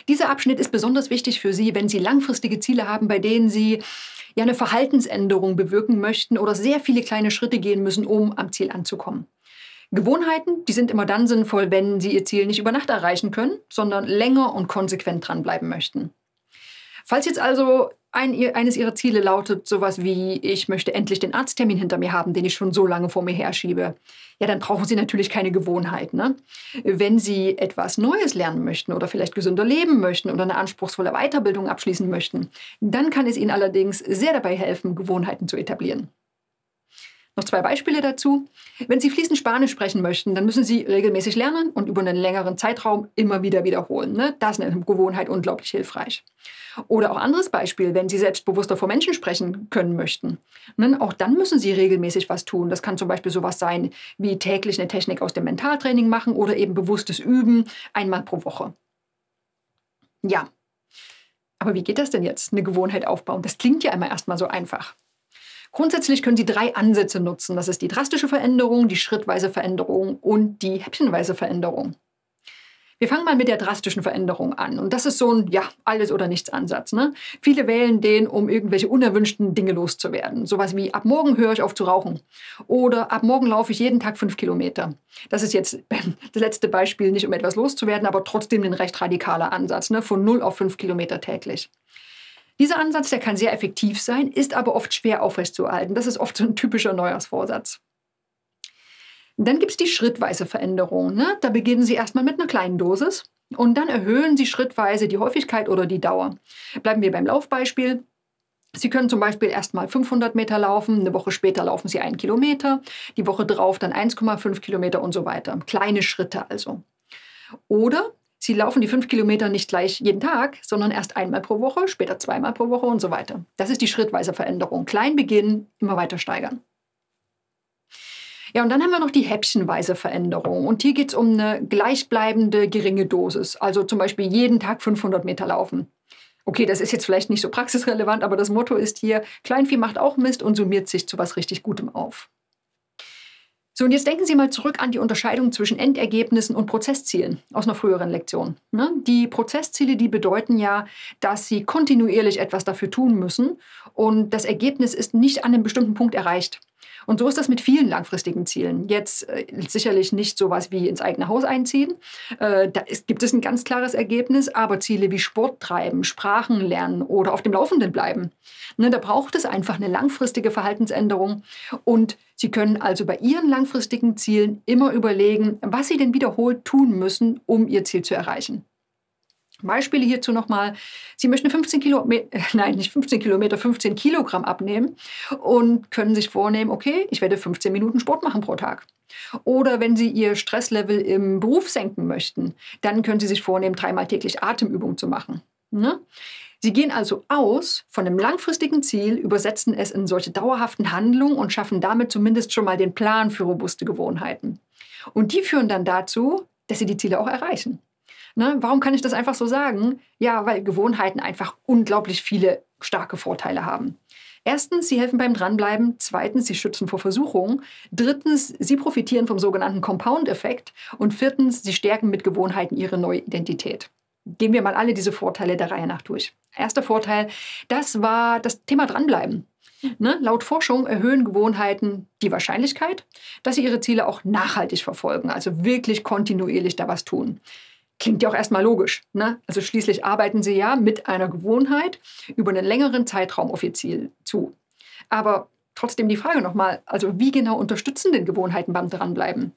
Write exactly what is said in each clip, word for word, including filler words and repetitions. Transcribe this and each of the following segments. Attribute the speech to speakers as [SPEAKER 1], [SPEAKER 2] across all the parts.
[SPEAKER 1] Dieser Abschnitt ist besonders wichtig für Sie, wenn Sie langfristige Ziele haben, bei denen Sie ja eine Verhaltensänderung bewirken möchten oder sehr viele kleine Schritte gehen müssen, um am Ziel anzukommen. Gewohnheiten, die sind immer dann sinnvoll, wenn Sie Ihr Ziel nicht über Nacht erreichen können, sondern länger und konsequent dranbleiben möchten. Falls jetzt also ein, eines Ihrer Ziele lautet sowas wie, ich möchte endlich den Arzttermin hinter mir haben, den ich schon so lange vor mir herschiebe, ja, dann brauchen Sie natürlich keine Gewohnheit. Ne? Wenn Sie etwas Neues lernen möchten oder vielleicht gesünder leben möchten oder eine anspruchsvolle Weiterbildung abschließen möchten, dann kann es Ihnen allerdings sehr dabei helfen, Gewohnheiten zu etablieren. Noch zwei Beispiele dazu. Wenn Sie fließend Spanisch sprechen möchten, dann müssen Sie regelmäßig lernen und über einen längeren Zeitraum immer wieder wiederholen. Ne? Das ist eine Gewohnheit unglaublich hilfreich. Oder auch anderes Beispiel, wenn Sie selbstbewusster vor Menschen sprechen können möchten. Ne? Auch dann müssen Sie regelmäßig was tun. Das kann zum Beispiel sowas sein wie täglich eine Technik aus dem Mentaltraining machen oder eben bewusstes Üben einmal pro Woche. Ja, aber wie geht das denn jetzt, eine Gewohnheit aufbauen? Das klingt ja immer erstmal so einfach. Grundsätzlich können Sie drei Ansätze nutzen. Das ist die drastische Veränderung, die schrittweise Veränderung und die häppchenweise Veränderung. Wir fangen mal mit der drastischen Veränderung an. Und das ist so ein ja, Alles-oder-nichts-Ansatz. Ne? Viele wählen den, um irgendwelche unerwünschten Dinge loszuwerden. Sowas wie, ab morgen höre ich auf zu rauchen. Oder ab morgen laufe ich jeden Tag fünf Kilometer. Das ist jetzt das letzte Beispiel, nicht um etwas loszuwerden, aber trotzdem ein recht radikaler Ansatz. Ne? Von null auf fünf Kilometer täglich. Dieser Ansatz, der kann sehr effektiv sein, ist aber oft schwer aufrechtzuerhalten. Das ist oft so ein typischer Neujahrsvorsatz. Dann gibt es die schrittweise Veränderung. Ne? Da beginnen Sie erstmal mit einer kleinen Dosis und dann erhöhen Sie schrittweise die Häufigkeit oder die Dauer. Bleiben wir beim Laufbeispiel. Sie können zum Beispiel erstmal fünfhundert Meter laufen, eine Woche später laufen Sie einen Kilometer, die Woche drauf dann eins Komma fünf Kilometer und so weiter. Kleine Schritte also. Oder Sie laufen die fünf Kilometer nicht gleich jeden Tag, sondern erst einmal pro Woche, später zweimal pro Woche und so weiter. Das ist die schrittweise Veränderung. Klein beginnen, immer weiter steigern. Ja, und dann haben wir noch die häppchenweise Veränderung. Und hier geht es um eine gleichbleibende geringe Dosis. Also zum Beispiel jeden Tag fünfhundert Meter laufen. Okay, das ist jetzt vielleicht nicht so praxisrelevant, aber das Motto ist hier, Kleinvieh macht auch Mist und summiert sich zu was richtig Gutem auf. So, und jetzt denken Sie mal zurück an die Unterscheidung zwischen Endergebnissen und Prozesszielen aus einer früheren Lektion. Ne? Die Prozessziele, die bedeuten ja, dass Sie kontinuierlich etwas dafür tun müssen und das Ergebnis ist nicht an einem bestimmten Punkt erreicht. Und so ist das mit vielen langfristigen Zielen. Jetzt äh, sicherlich nicht sowas wie ins eigene Haus einziehen. Äh, da ist, gibt es ein ganz klares Ergebnis, aber Ziele wie Sport treiben, Sprachen lernen oder auf dem Laufenden bleiben. Ne, da braucht es einfach eine langfristige Verhaltensänderung. Und Sie können also bei Ihren langfristigen Zielen immer überlegen, was Sie denn wiederholt tun müssen, um Ihr Ziel zu erreichen. Beispiele hierzu nochmal. Sie möchten fünfzehn Kilometer, nein, nicht fünfzehn Kilometer, fünfzehn Kilogramm abnehmen und können sich vornehmen, okay, ich werde fünfzehn Minuten Sport machen pro Tag. Oder wenn Sie Ihr Stresslevel im Beruf senken möchten, dann können Sie sich vornehmen, dreimal täglich Atemübungen zu machen. Ne? Sie gehen also aus von einem langfristigen Ziel, übersetzen es in solche dauerhaften Handlungen und schaffen damit zumindest schon mal den Plan für robuste Gewohnheiten. Und die führen dann dazu, dass Sie die Ziele auch erreichen. Ne, warum kann ich das einfach so sagen? Ja, weil Gewohnheiten einfach unglaublich viele starke Vorteile haben. Erstens, sie helfen beim Dranbleiben. Zweitens, sie schützen vor Versuchungen. Drittens, sie profitieren vom sogenannten Compound-Effekt. Und viertens, sie stärken mit Gewohnheiten ihre neue Identität. Gehen wir mal alle diese Vorteile der Reihe nach durch. Erster Vorteil, das war das Thema Dranbleiben. Ne? Laut Forschung erhöhen Gewohnheiten die Wahrscheinlichkeit, dass sie ihre Ziele auch nachhaltig verfolgen, also wirklich kontinuierlich da was tun. Klingt ja auch erstmal logisch. Ne? Also schließlich arbeiten Sie ja mit einer Gewohnheit über einen längeren Zeitraum auf Ihr Ziel zu. Aber trotzdem die Frage nochmal, also wie genau unterstützen denn Gewohnheiten beim Dranbleiben?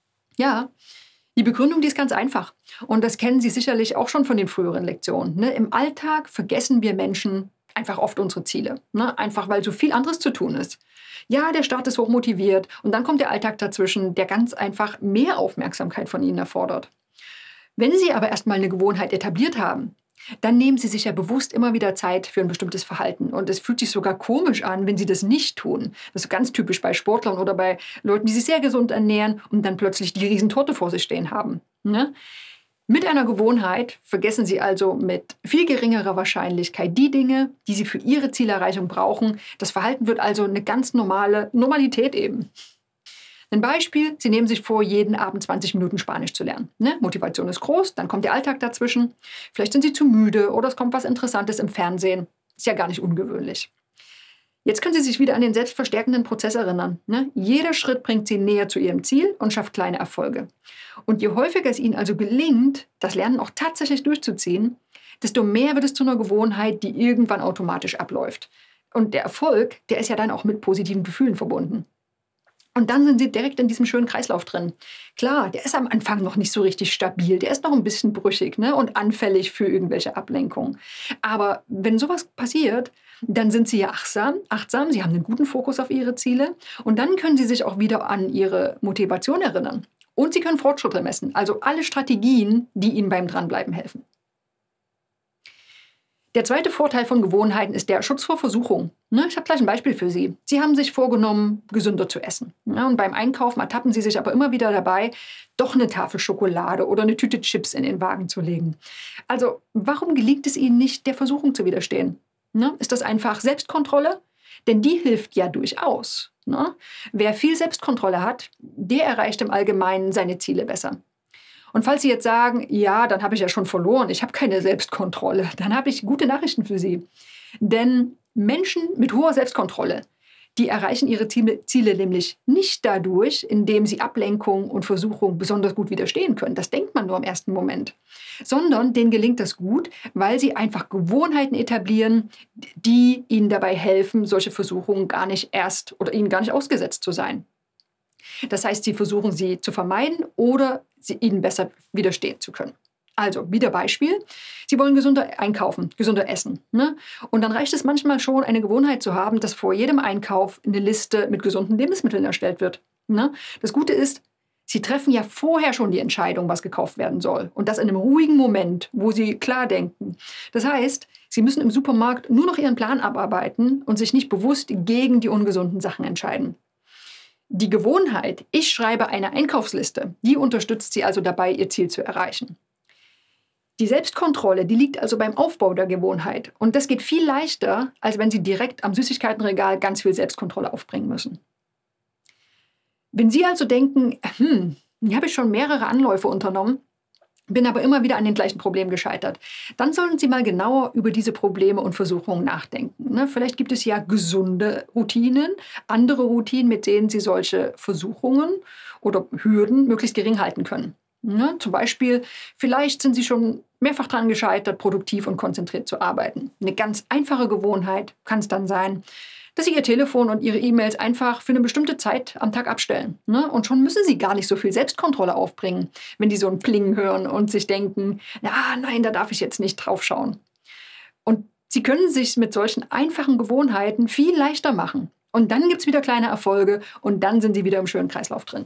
[SPEAKER 1] Ja, die Begründung, die ist ganz einfach. Und das kennen Sie sicherlich auch schon von den früheren Lektionen. Ne? Im Alltag vergessen wir Menschen einfach oft unsere Ziele. Ne? Einfach weil so viel anderes zu tun ist. Ja, der Start ist hochmotiviert und dann kommt der Alltag dazwischen, der ganz einfach mehr Aufmerksamkeit von Ihnen erfordert. Wenn Sie aber erstmal eine Gewohnheit etabliert haben, dann nehmen Sie sich ja bewusst immer wieder Zeit für ein bestimmtes Verhalten. Und es fühlt sich sogar komisch an, wenn Sie das nicht tun. Das ist ganz typisch bei Sportlern oder bei Leuten, die sich sehr gesund ernähren und dann plötzlich die Riesentorte vor sich stehen haben. Ne? Mit einer Gewohnheit vergessen Sie also mit viel geringerer Wahrscheinlichkeit die Dinge, die Sie für Ihre Zielerreichung brauchen. Das Verhalten wird also eine ganz normale Normalität eben. Ein Beispiel, Sie nehmen sich vor, jeden Abend zwanzig Minuten Spanisch zu lernen. Ne? Motivation ist groß, dann kommt der Alltag dazwischen. Vielleicht sind Sie zu müde oder es kommt was Interessantes im Fernsehen. Ist ja gar nicht ungewöhnlich. Jetzt können Sie sich wieder an den selbstverstärkenden Prozess erinnern. Ne? Jeder Schritt bringt Sie näher zu Ihrem Ziel und schafft kleine Erfolge. Und je häufiger es Ihnen also gelingt, das Lernen auch tatsächlich durchzuziehen, desto mehr wird es zu einer Gewohnheit, die irgendwann automatisch abläuft. Und der Erfolg, der ist ja dann auch mit positiven Gefühlen verbunden. Und dann sind Sie direkt in diesem schönen Kreislauf drin. Klar, der ist am Anfang noch nicht so richtig stabil, der ist noch ein bisschen brüchig, ne, und anfällig für irgendwelche Ablenkungen. Aber wenn sowas passiert, dann sind Sie ja achtsam, achtsam, Sie haben einen guten Fokus auf Ihre Ziele und dann können Sie sich auch wieder an Ihre Motivation erinnern. Und Sie können Fortschritte messen, also alle Strategien, die Ihnen beim Dranbleiben helfen. Der zweite Vorteil von Gewohnheiten ist der Schutz vor Versuchung. Ich habe gleich ein Beispiel für Sie. Sie haben sich vorgenommen, gesünder zu essen. Und beim Einkaufen ertappen Sie sich aber immer wieder dabei, doch eine Tafel Schokolade oder eine Tüte Chips in den Wagen zu legen. Also, warum gelingt es Ihnen nicht, der Versuchung zu widerstehen? Ist das einfach Selbstkontrolle? Denn die hilft ja durchaus. Wer viel Selbstkontrolle hat, der erreicht im Allgemeinen seine Ziele besser. Und falls Sie jetzt sagen, ja, dann habe ich ja schon verloren, ich habe keine Selbstkontrolle, dann habe ich gute Nachrichten für Sie. Denn Menschen mit hoher Selbstkontrolle, die erreichen ihre Ziele, Ziele nämlich nicht dadurch, indem sie Ablenkung und Versuchung besonders gut widerstehen können. Das denkt man nur im ersten Moment. Sondern denen gelingt das gut, weil sie einfach Gewohnheiten etablieren, die ihnen dabei helfen, solche Versuchungen gar nicht erst oder ihnen gar nicht ausgesetzt zu sein. Das heißt, sie versuchen, sie zu vermeiden oder sie ihnen besser widerstehen zu können. Also, wieder Beispiel. Sie wollen gesünder einkaufen, gesünder essen. Ne? Und dann reicht es manchmal schon, eine Gewohnheit zu haben, dass vor jedem Einkauf eine Liste mit gesunden Lebensmitteln erstellt wird. Ne? Das Gute ist, Sie treffen ja vorher schon die Entscheidung, was gekauft werden soll. Und das in einem ruhigen Moment, wo Sie klar denken. Das heißt, Sie müssen im Supermarkt nur noch Ihren Plan abarbeiten und sich nicht bewusst gegen die ungesunden Sachen entscheiden. Die Gewohnheit, ich schreibe eine Einkaufsliste, die unterstützt Sie also dabei, Ihr Ziel zu erreichen. Die Selbstkontrolle, die liegt also beim Aufbau der Gewohnheit. Und das geht viel leichter, als wenn Sie direkt am Süßigkeitenregal ganz viel Selbstkontrolle aufbringen müssen. Wenn Sie also denken, hm, hier habe ich schon mehrere Anläufe unternommen, bin aber immer wieder an den gleichen Problemen gescheitert, dann sollten Sie mal genauer über diese Probleme und Versuchungen nachdenken. Ne? Vielleicht gibt es ja gesunde Routinen, andere Routinen, mit denen Sie solche Versuchungen oder Hürden möglichst gering halten können. Ne? Zum Beispiel, vielleicht sind Sie schon mehrfach daran gescheitert, produktiv und konzentriert zu arbeiten. Eine ganz einfache Gewohnheit kann es dann sein, dass Sie Ihr Telefon und Ihre E-Mails einfach für eine bestimmte Zeit am Tag abstellen. Ne? Und schon müssen Sie gar nicht so viel Selbstkontrolle aufbringen, wenn die so ein Pling hören und sich denken, ja, nein, da darf ich jetzt nicht drauf schauen. Und Sie können sich mit solchen einfachen Gewohnheiten viel leichter machen. Und dann gibt es wieder kleine Erfolge und dann sind Sie wieder im schönen Kreislauf drin.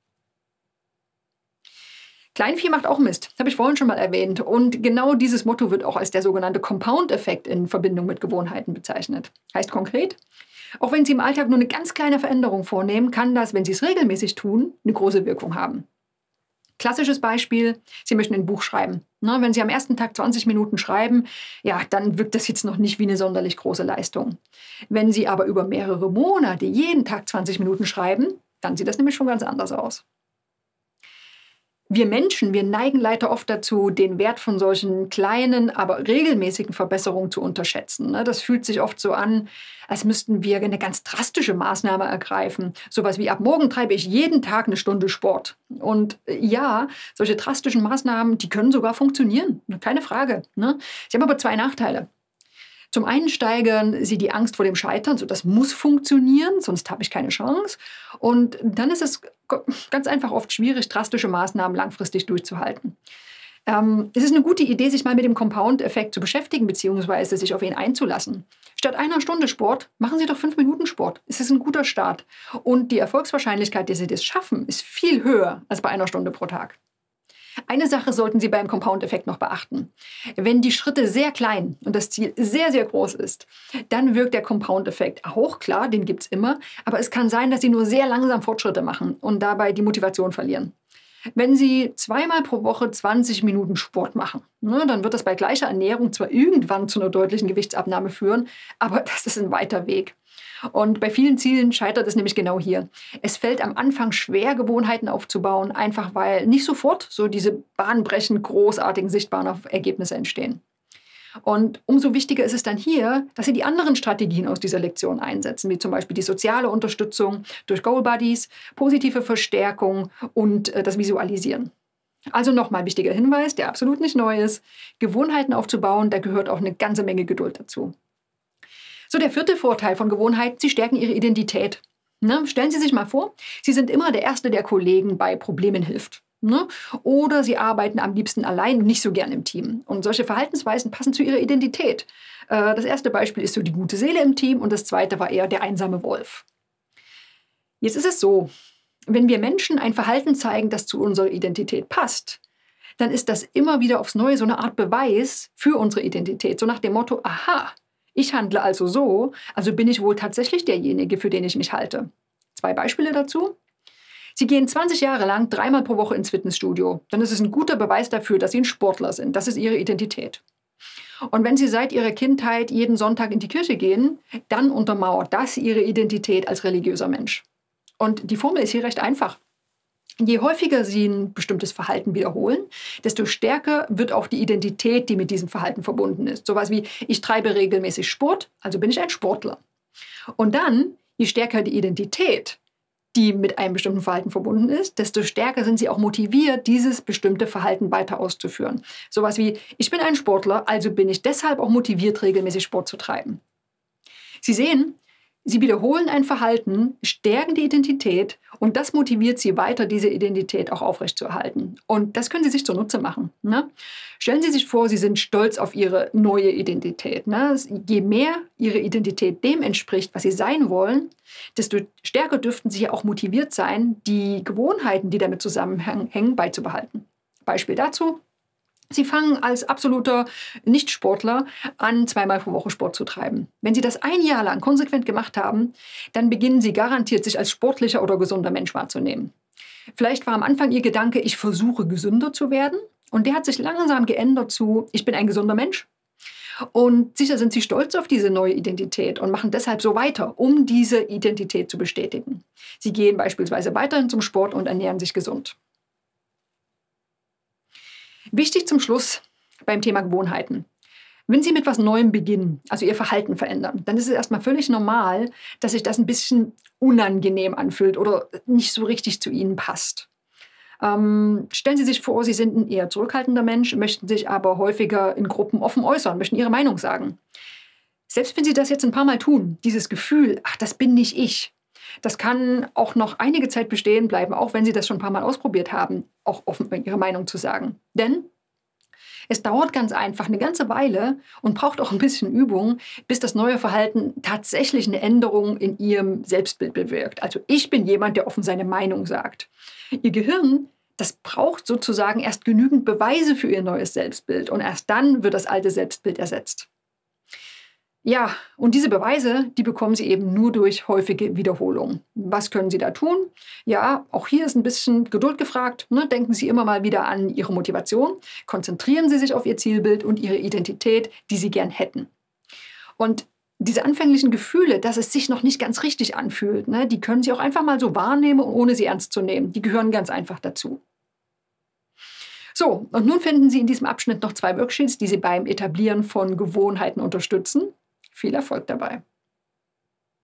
[SPEAKER 1] Kleinvieh macht auch Mist, habe ich vorhin schon mal erwähnt. Und genau dieses Motto wird auch als der sogenannte Compound-Effekt in Verbindung mit Gewohnheiten bezeichnet. Heißt konkret, auch wenn Sie im Alltag nur eine ganz kleine Veränderung vornehmen, kann das, wenn Sie es regelmäßig tun, eine große Wirkung haben. Klassisches Beispiel, Sie möchten ein Buch schreiben. Na, wenn Sie am ersten Tag zwanzig Minuten schreiben, ja, dann wirkt das jetzt noch nicht wie eine sonderlich große Leistung. Wenn Sie aber über mehrere Monate jeden Tag zwanzig Minuten schreiben, dann sieht das nämlich schon ganz anders aus. Wir Menschen, wir neigen leider oft dazu, den Wert von solchen kleinen, aber regelmäßigen Verbesserungen zu unterschätzen. Das fühlt sich oft so an, als müssten wir eine ganz drastische Maßnahme ergreifen. Sowas wie, ab morgen treibe ich jeden Tag eine Stunde Sport. Und ja, solche drastischen Maßnahmen, die können sogar funktionieren. Keine Frage. Sie haben aber zwei Nachteile. Zum einen steigern sie die Angst vor dem Scheitern, so das muss funktionieren, sonst habe ich keine Chance. Und dann ist es ganz einfach oft schwierig, drastische Maßnahmen langfristig durchzuhalten. Ähm, es ist eine gute Idee, sich mal mit dem Compound-Effekt zu beschäftigen, beziehungsweise sich auf ihn einzulassen. Statt einer Stunde Sport, machen Sie doch fünf Minuten Sport. Es ist ein guter Start. Und die Erfolgswahrscheinlichkeit, dass Sie das schaffen, ist viel höher als bei einer Stunde pro Tag. Eine Sache sollten Sie beim Compound-Effekt noch beachten. Wenn die Schritte sehr klein und das Ziel sehr, sehr groß ist, dann wirkt der Compound-Effekt auch, klar, den gibt es immer, aber es kann sein, dass Sie nur sehr langsam Fortschritte machen und dabei die Motivation verlieren. Wenn Sie zweimal pro Woche zwanzig Minuten Sport machen, ne, dann wird das bei gleicher Ernährung zwar irgendwann zu einer deutlichen Gewichtsabnahme führen, aber das ist ein weiter Weg. Und bei vielen Zielen scheitert es nämlich genau hier. Es fällt am Anfang schwer, Gewohnheiten aufzubauen, einfach weil nicht sofort so diese bahnbrechend großartigen, sichtbaren Ergebnisse entstehen. Und umso wichtiger ist es dann hier, dass Sie die anderen Strategien aus dieser Lektion einsetzen, wie zum Beispiel die soziale Unterstützung durch Goal Buddies, positive Verstärkung und äh, das Visualisieren. Also nochmal wichtiger Hinweis, der absolut nicht neu ist. Gewohnheiten aufzubauen, da gehört auch eine ganze Menge Geduld dazu. So, der vierte Vorteil von Gewohnheiten, sie stärken Ihre Identität. Ne? Stellen Sie sich mal vor, Sie sind immer der Erste, der Kollegen bei Problemen hilft. Ne? Oder Sie arbeiten am liebsten allein und nicht so gern im Team. Und solche Verhaltensweisen passen zu Ihrer Identität. Äh, das erste Beispiel ist so die gute Seele im Team und das zweite war eher der einsame Wolf. Jetzt ist es so, wenn wir Menschen ein Verhalten zeigen, das zu unserer Identität passt, dann ist das immer wieder aufs Neue so eine Art Beweis für unsere Identität. So nach dem Motto, aha, ich handle also so, also bin ich wohl tatsächlich derjenige, für den ich mich halte. Zwei Beispiele dazu. Sie gehen zwanzig Jahre lang dreimal pro Woche ins Fitnessstudio. Dann ist es ein guter Beweis dafür, dass Sie ein Sportler sind. Das ist Ihre Identität. Und wenn Sie seit Ihrer Kindheit jeden Sonntag in die Kirche gehen, dann untermauert das Ihre Identität als religiöser Mensch. Und die Formel ist hier recht einfach. Je häufiger Sie ein bestimmtes Verhalten wiederholen, desto stärker wird auch die Identität, die mit diesem Verhalten verbunden ist. Sowas wie, ich treibe regelmäßig Sport, also bin ich ein Sportler. Und dann, je stärker die Identität, die mit einem bestimmten Verhalten verbunden ist, desto stärker sind Sie auch motiviert, dieses bestimmte Verhalten weiter auszuführen. Sowas wie, ich bin ein Sportler, also bin ich deshalb auch motiviert, regelmäßig Sport zu treiben. Sie sehen, Sie wiederholen ein Verhalten, stärken die Identität und das motiviert Sie weiter, diese Identität auch aufrechtzuerhalten. Und das können Sie sich zunutze machen. Ne? Stellen Sie sich vor, Sie sind stolz auf Ihre neue Identität. Ne? Je mehr Ihre Identität dem entspricht, was Sie sein wollen, desto stärker dürften Sie auch motiviert sein, die Gewohnheiten, die damit zusammenhängen, beizubehalten. Beispiel dazu. Sie fangen als absoluter Nichtsportler an, zweimal pro Woche Sport zu treiben. Wenn Sie das ein Jahr lang konsequent gemacht haben, dann beginnen Sie garantiert, sich als sportlicher oder gesunder Mensch wahrzunehmen. Vielleicht war am Anfang Ihr Gedanke, ich versuche gesünder zu werden. Und der hat sich langsam geändert zu, ich bin ein gesunder Mensch. Und sicher sind Sie stolz auf diese neue Identität und machen deshalb so weiter, um diese Identität zu bestätigen. Sie gehen beispielsweise weiterhin zum Sport und ernähren sich gesund. Wichtig zum Schluss beim Thema Gewohnheiten. Wenn Sie mit etwas Neuem beginnen, also Ihr Verhalten verändern, dann ist es erstmal völlig normal, dass sich das ein bisschen unangenehm anfühlt oder nicht so richtig zu Ihnen passt. Ähm, stellen Sie sich vor, Sie sind ein eher zurückhaltender Mensch, möchten sich aber häufiger in Gruppen offen äußern, möchten Ihre Meinung sagen. Selbst wenn Sie das jetzt ein paar Mal tun, dieses Gefühl, ach, das bin nicht ich, das kann auch noch einige Zeit bestehen bleiben, auch wenn Sie das schon ein paar Mal ausprobiert haben, auch offen Ihre Meinung zu sagen. Denn es dauert ganz einfach eine ganze Weile und braucht auch ein bisschen Übung, bis das neue Verhalten tatsächlich eine Änderung in Ihrem Selbstbild bewirkt. Also ich bin jemand, der offen seine Meinung sagt. Ihr Gehirn, das braucht sozusagen erst genügend Beweise für Ihr neues Selbstbild und erst dann wird das alte Selbstbild ersetzt. Ja, und diese Beweise, die bekommen Sie eben nur durch häufige Wiederholung. Was können Sie da tun? Ja, auch hier ist ein bisschen Geduld gefragt. Ne? Denken Sie immer mal wieder an Ihre Motivation. Konzentrieren Sie sich auf Ihr Zielbild und Ihre Identität, die Sie gern hätten. Und diese anfänglichen Gefühle, dass es sich noch nicht ganz richtig anfühlt, ne, die können Sie auch einfach mal so wahrnehmen, ohne sie ernst zu nehmen. Die gehören ganz einfach dazu. So, und nun finden Sie in diesem Abschnitt noch zwei Worksheets, die Sie beim Etablieren von Gewohnheiten unterstützen. Viel Erfolg dabei!